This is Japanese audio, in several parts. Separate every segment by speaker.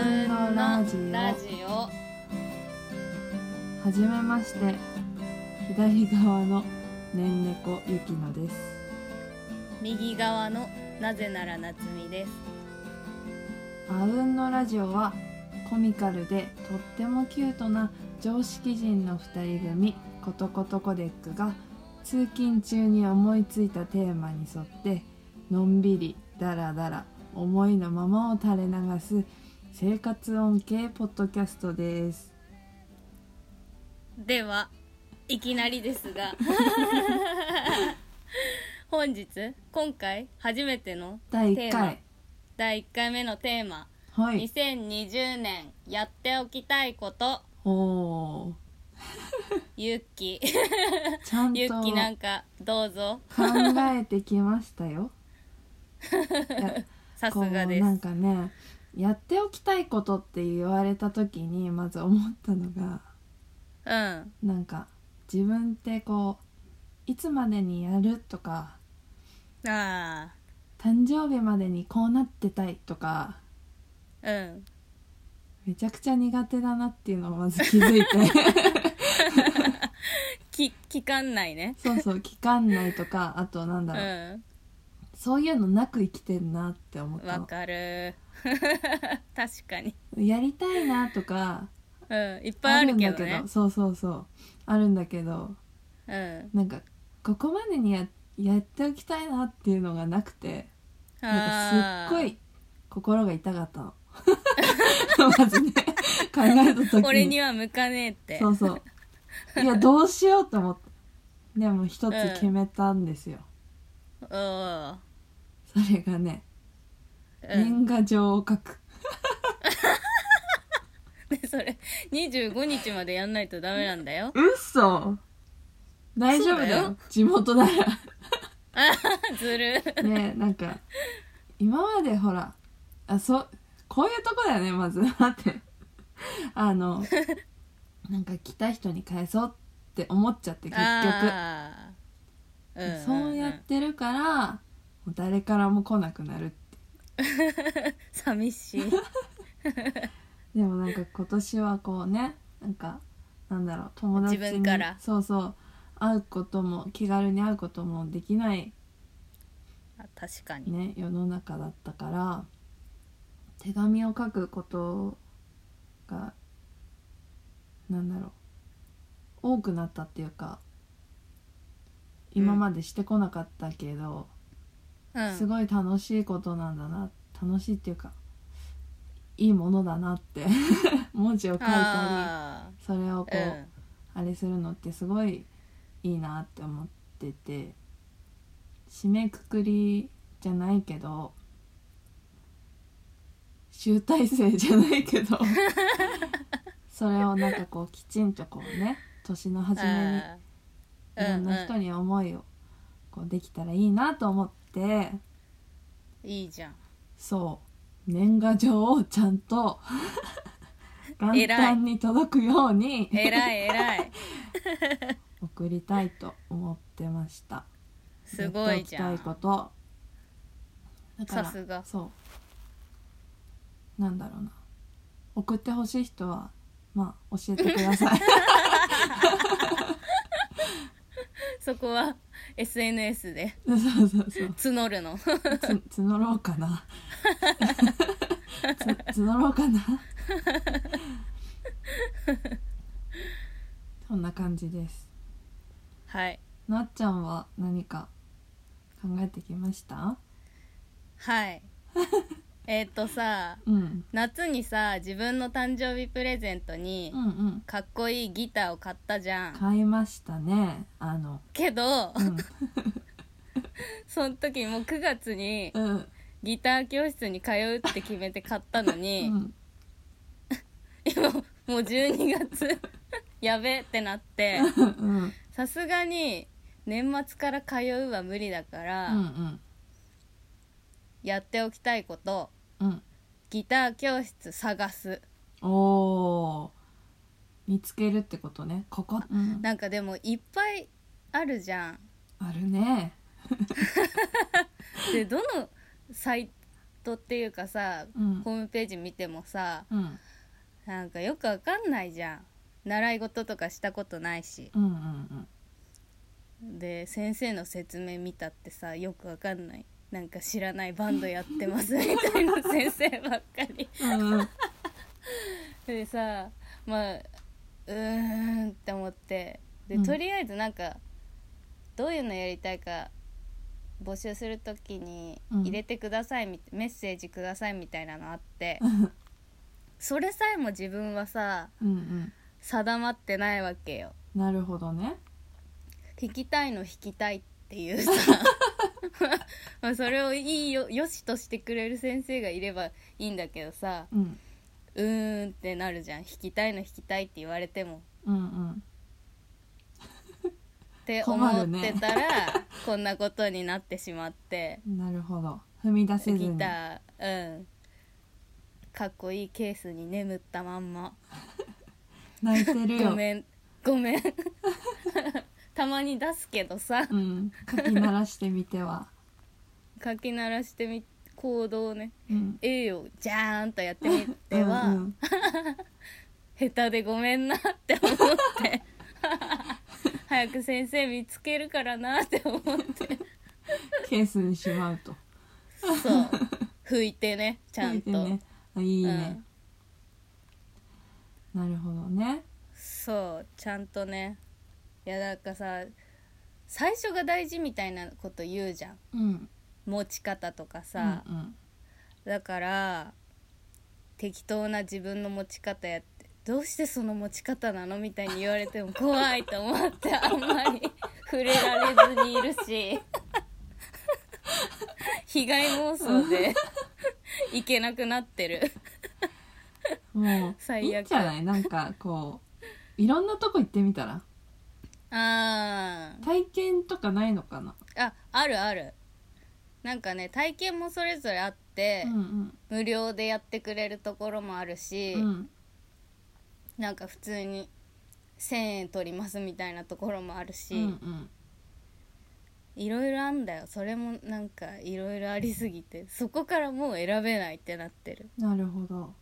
Speaker 1: うんのラジオ。はじめまして、左側のねんねこゆきのです。
Speaker 2: 右側のなぜならなつみです。
Speaker 1: あうんのラジオはコミカルでとってもキュートな常識人の2人組コトコトコデックが通勤中に思いついたテーマに沿ってのんびりダラダラ思いのままを垂れ流す生活音系ポッドキャストです。
Speaker 2: ではいきなりですが今回初めての
Speaker 1: 第1
Speaker 2: テーマ
Speaker 1: 回
Speaker 2: 第1回目のテーマ、
Speaker 1: はい。
Speaker 2: 2020年やっておきたいこと
Speaker 1: おー
Speaker 2: ゆっき
Speaker 1: ちゃんと
Speaker 2: ゆっきなんかどうぞ
Speaker 1: 考えてきましたよ。いや
Speaker 2: さすがです。
Speaker 1: こうなんかね、やっておきたいことって言われた時にまず思ったのが、なんか自分ってこういつまでにやるとか
Speaker 2: あ
Speaker 1: 誕生日までにこうなってたいとか
Speaker 2: あ
Speaker 1: めちゃくちゃ苦手だなっていうのをまず気づいて
Speaker 2: 期間内ね。
Speaker 1: そう期間内とか、あとなんだろう、そういうのなく生きてんなって思った
Speaker 2: わ
Speaker 1: の。
Speaker 2: かる確かに
Speaker 1: やりたいなとか
Speaker 2: いっぱいあるけどね。
Speaker 1: あるんだけど、そうあるんだけど、なんかここまでにやっておきたいなっていうのがなくて、なんかすっごい心が痛かったのまずね、考えた時に
Speaker 2: 俺には向かねえって。
Speaker 1: そういやどうしようと思って、でも一つ決めたんですよ。それがね、年賀状を書く。
Speaker 2: でそれ25日までやんないとダメなんだよ。
Speaker 1: 嘘、大丈夫だよ、地元なら
Speaker 2: ずる
Speaker 1: ね。なんか今までほら、こういうとこだよね。まず待ってなんか来た人に返そうって思っちゃって、結局、そうやってるからもう誰からも来なくなるって
Speaker 2: 寂しい
Speaker 1: でもなんか今年はこうね、なんかなんだろう、友達に
Speaker 2: 自分から
Speaker 1: 会うことも気軽に会うこともできない
Speaker 2: 確かに
Speaker 1: ね、世の中だったから、手紙を書くことがなんだろう、多くなったっていうか、今までしてこなかったけど、すごい楽しいことなんだな、楽しいっていうかいいものだなって文字を書いたりそれをこう、あれするのってすごいいいなって思ってて、締めくくりじゃないけど、集大成じゃないけどそれをなんかこうきちんとこうね、年の初めにいろんな人に思いをこうできたらいいなと思って、
Speaker 2: いいじゃん。
Speaker 1: そう年賀状をちゃんと元旦に届くように
Speaker 2: 偉い
Speaker 1: 送りたいと思ってました。
Speaker 2: すごいじゃん。
Speaker 1: やっておきたいことだから、
Speaker 2: さすが。
Speaker 1: そうなんだろうな、送ってほしい人はまあ教えてください
Speaker 2: そこは SNS で
Speaker 1: そう
Speaker 2: 募るの
Speaker 1: 募ろうかな募ろうかなそんな感じです。
Speaker 2: はい。
Speaker 1: なっちゃんは何か考えてきました？
Speaker 2: はいさ、夏にさ、自分の誕生日プレゼントにかっこいいギターを買ったじゃん。
Speaker 1: 買いましたね。
Speaker 2: けど、その時もう9月にギター教室に通うって決めて買ったのに、今もう12月やべってなってさすがに年末から通うは無理だから、やっておきたいこと、ギター教室探す。
Speaker 1: 見つけるってことね。ここ、
Speaker 2: なんかでもいっぱいあるじゃん。
Speaker 1: あるね
Speaker 2: でどのサイトっていうかさ、ホームページ見てもさ、なんかよくわかんないじゃん。習い事とかしたことないし、で先生の説明見たってさ、よくわかんない、なんか知らないバンドやってますみたいな先生ばっかりでさ、まあって思って、でとりあえずなんかどういうのやりたいか募集するときに入れてくださいメッセージくださいみたいなのあってそれさえも自分はさ、定まってないわけよ。
Speaker 1: なるほどね。
Speaker 2: 弾きたいの弾きたいっていうさまあそれをいいよしとしてくれる先生がいればいいんだけどさ、ってなるじゃん。弾きたいの弾きたいって言われても、って思ってたら、こんなことになってしまって。
Speaker 1: なるほど、踏み出せずに
Speaker 2: ギター、かっこいいケースに眠ったまんま
Speaker 1: 泣いてるよ。
Speaker 2: ごめんたまに出すけどさ、
Speaker 1: かき鳴らしてみては
Speaker 2: かき鳴らしてみコードをね、A をジャーンとやってみては下手でごめんなって思って早く先生見つけるからなって思って
Speaker 1: ケースにしまうと。
Speaker 2: そう拭いてね、ちゃんと
Speaker 1: ね、いいね、なるほどね。
Speaker 2: そうちゃんとね。いやなんかさ、最初が大事みたいなこと言うじゃん、持ち方とかさ、だから適当な自分の持ち方やって、どうしてその持ち方なのみたいに言われても怖いと思ってあんまり触れられずにいるし被害妄想でいけなくなってる
Speaker 1: もう
Speaker 2: 最悪。
Speaker 1: いいんじゃない？なんかこういろんなとこ行ってみたら。体験とかないのかな。
Speaker 2: あるある。なんかね、体験もそれぞれあって、無料でやってくれるところもあるし、なんか普通に1000円取りますみたいなところもあるし、いろいろあんだよ。それもなんかいろいろありすぎて、そこからもう選べないってなってる。
Speaker 1: なるほど。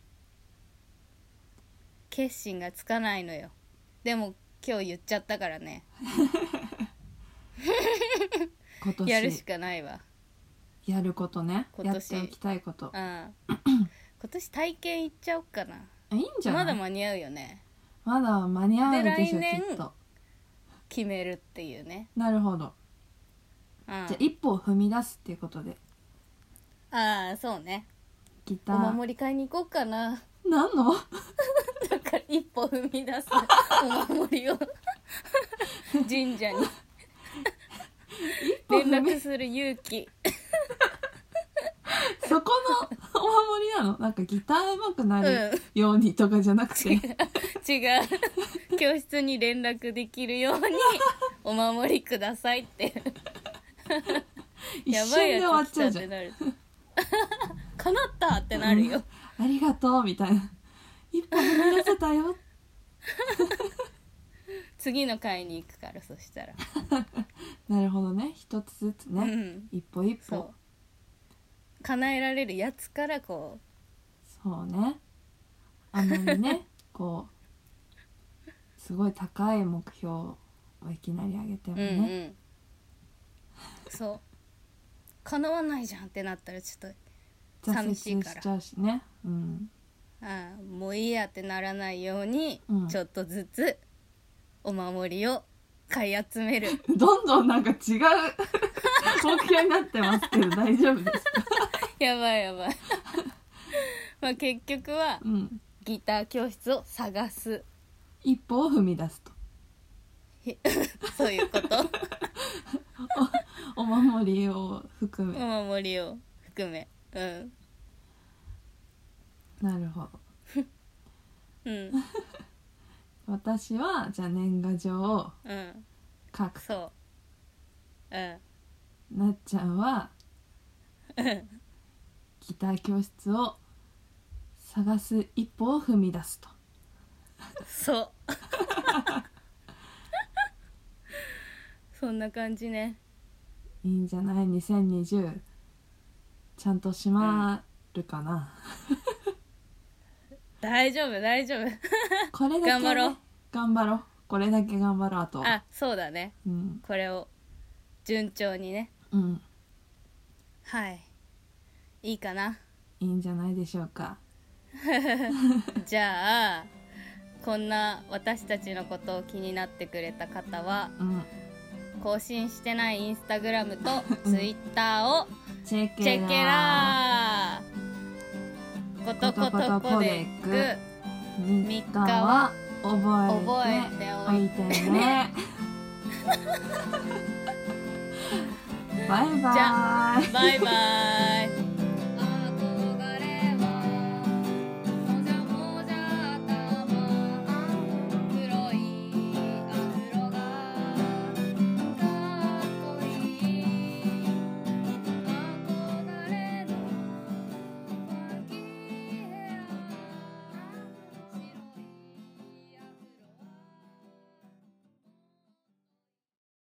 Speaker 2: 決心がつかないのよ。でも今日言っちゃったからね
Speaker 1: 今年
Speaker 2: やるしかないわ。
Speaker 1: やることね、
Speaker 2: 今年
Speaker 1: やっておきたいこと、
Speaker 2: 今年体験行っちゃおっかな。
Speaker 1: いいんじゃない？
Speaker 2: まだ間に合うよね。
Speaker 1: まだ間に合うでしょ、
Speaker 2: で来年
Speaker 1: きっと。
Speaker 2: 決めるっていうね。
Speaker 1: なるほど、じゃあ一歩を踏み出すっていうことで。
Speaker 2: そうね。
Speaker 1: ギター
Speaker 2: お守り買いに行こうかな。
Speaker 1: 何の
Speaker 2: だから一歩踏み出すお守りを神社に連絡する勇気
Speaker 1: そこのお守りなの？なんかギター上手くなるようにとかじゃなくて、
Speaker 2: 違う教室に連絡できるようにお守りくださいって
Speaker 1: 一瞬で終わっちゃうじゃん。
Speaker 2: 叶ったってなるよ、
Speaker 1: ありがとうみたいな。一歩踏み出せたよ
Speaker 2: 次の回に行くから。そしたら
Speaker 1: なるほどね、一つずつね、一歩一歩。
Speaker 2: そう叶えられるやつからこ
Speaker 1: う。そうね、あんまりねこうすごい高い目標をいきなり上げてもね、
Speaker 2: そう叶わないじゃんってなったらちょっと寂しいから、
Speaker 1: 挫折しちゃうしね、
Speaker 2: もういいやってならないように、ちょっとずつお守りを買い集める
Speaker 1: どんどんなんか違う目標になってますけど大丈夫ですか？
Speaker 2: やばいまあ結局は、ギター教室を探す、
Speaker 1: 一歩を踏み出すと
Speaker 2: そういうこと
Speaker 1: お守りを含め、
Speaker 2: お守りを含め、
Speaker 1: なるほど私はじゃあ年賀状を書く、
Speaker 2: そう、
Speaker 1: なっちゃんはギター教室を探す一歩を踏み出すと。
Speaker 2: そうそんな感じね。
Speaker 1: いいんじゃない？2020ちゃんとしまるかな。
Speaker 2: 大丈夫大丈夫
Speaker 1: これだけ、ね、
Speaker 2: 頑張ろう
Speaker 1: 頑張ろう。これだけ頑張ろう。あと
Speaker 2: あ、そうだね、
Speaker 1: うん、
Speaker 2: これを順調にね、
Speaker 1: うん、
Speaker 2: はい、いいかな。
Speaker 1: いいんじゃないでしょうか。
Speaker 2: じゃあこんな私たちのことを気になってくれた方は、
Speaker 1: うん、
Speaker 2: 更新してないインスタグラムとツイッターを
Speaker 1: チェ
Speaker 2: ケラー。コトコトコデック
Speaker 1: 3日は覚えておいてね。バイバイ。
Speaker 2: じゃあバイバイ。